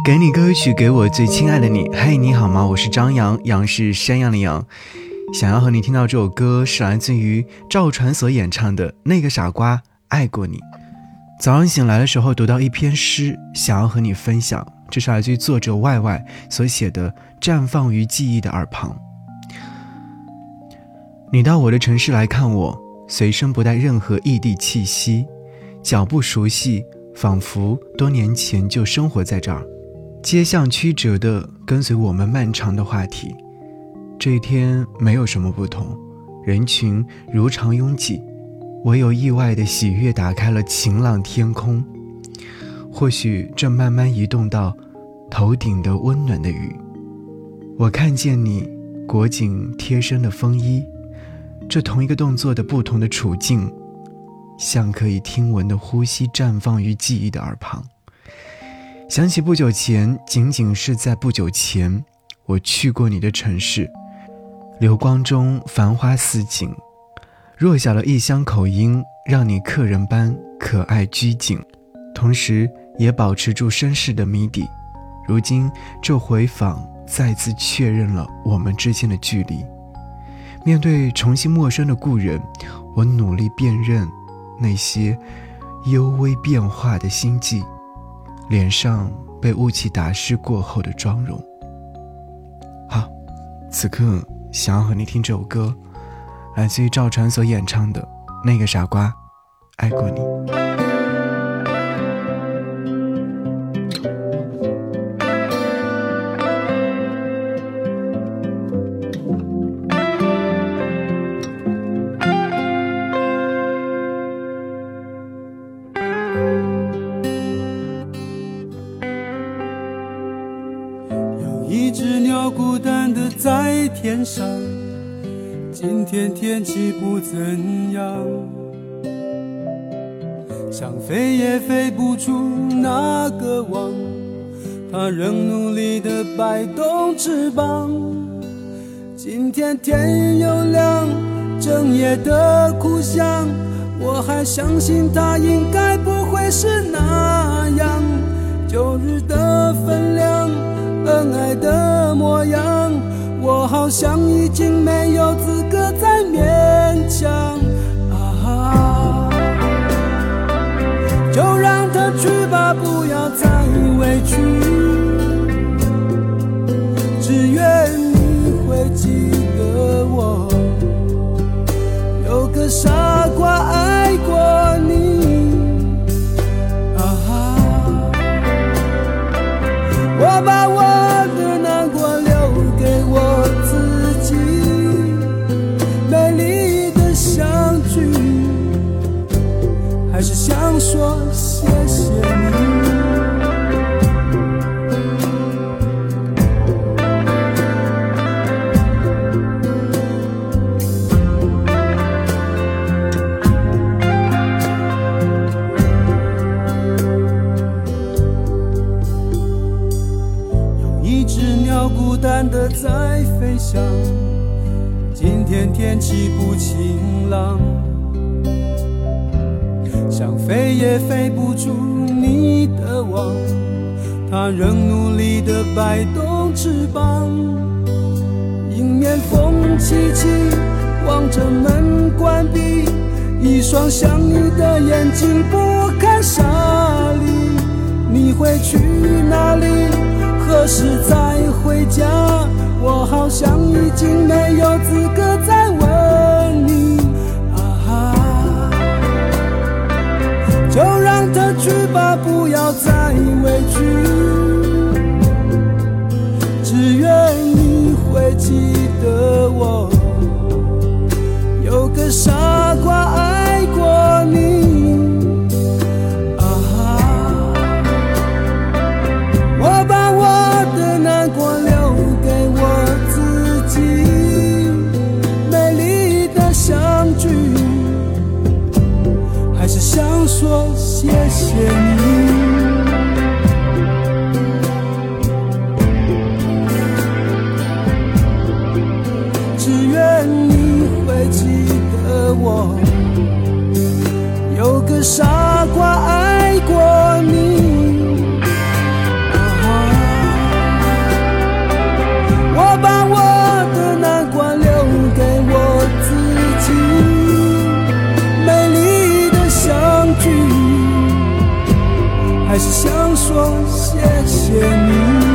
给你歌曲，给我最亲爱的你。嘿，你好吗？我是张扬，杨是山羊的羊。想要和你听到这首歌是来自于赵传所演唱的《那个傻瓜爱过你》。早上醒来的时候读到一篇诗，想要和你分享，这是来自于作者 YY 所写的《绽放于记忆的耳旁》。你到我的城市来看我，随身不带任何异地气息，脚步熟悉，仿佛多年前就生活在这儿。街巷曲折地跟随我们漫长的话题，这一天没有什么不同，人群如常拥挤，唯有意外的喜悦打开了晴朗天空，或许正慢慢移动到头顶的温暖的雨。我看见你裹紧贴身的风衣，这同一个动作的不同的处境，像可以听闻的呼吸绽放于记忆的耳旁。想起不久前，仅仅是在不久前，我去过你的城市，流光中繁花似锦，弱小的异乡口音让你客人般可爱拘谨，同时也保持住绅士的谜底。如今这回访再次确认了我们之间的距离。面对重新陌生的故人，我努力辨认那些幽微变化的心迹，脸上被雾气打湿过后的妆容。好，此刻想要和你听这首歌，来自于赵传所演唱的《那个傻瓜爱过你》。 一只鸟孤单地在天上，今天天气不怎样，想飞也飞不出那个网，它仍努力地摆动翅膀。今天天又亮，整夜的苦想，我还相信它应该不会是那样。旧日的分量，恩爱的模样，我好像已经没有资格再勉强啊！就让它去吧，不要再委屈，只愿你会记得我，有个傻瓜爱过你。我把我的难过留给我自己，美丽的相聚，还是想说谢谢你。孤单地在飞翔，今天天气不晴朗，想飞也飞不出你的网，它仍努力地摆动翅膀。迎面风凄凄，望着门关闭，一双想你的眼睛不堪沙砾。你会去哪里？何时再回家？我好像已经没有资格再问你啊！就让它去吧，不要再委屈，只愿你会记得我，有个傻瓜爱过你。我把我的难过留给我自己，美丽的相聚，还是想说谢谢你。 还是想说谢谢你。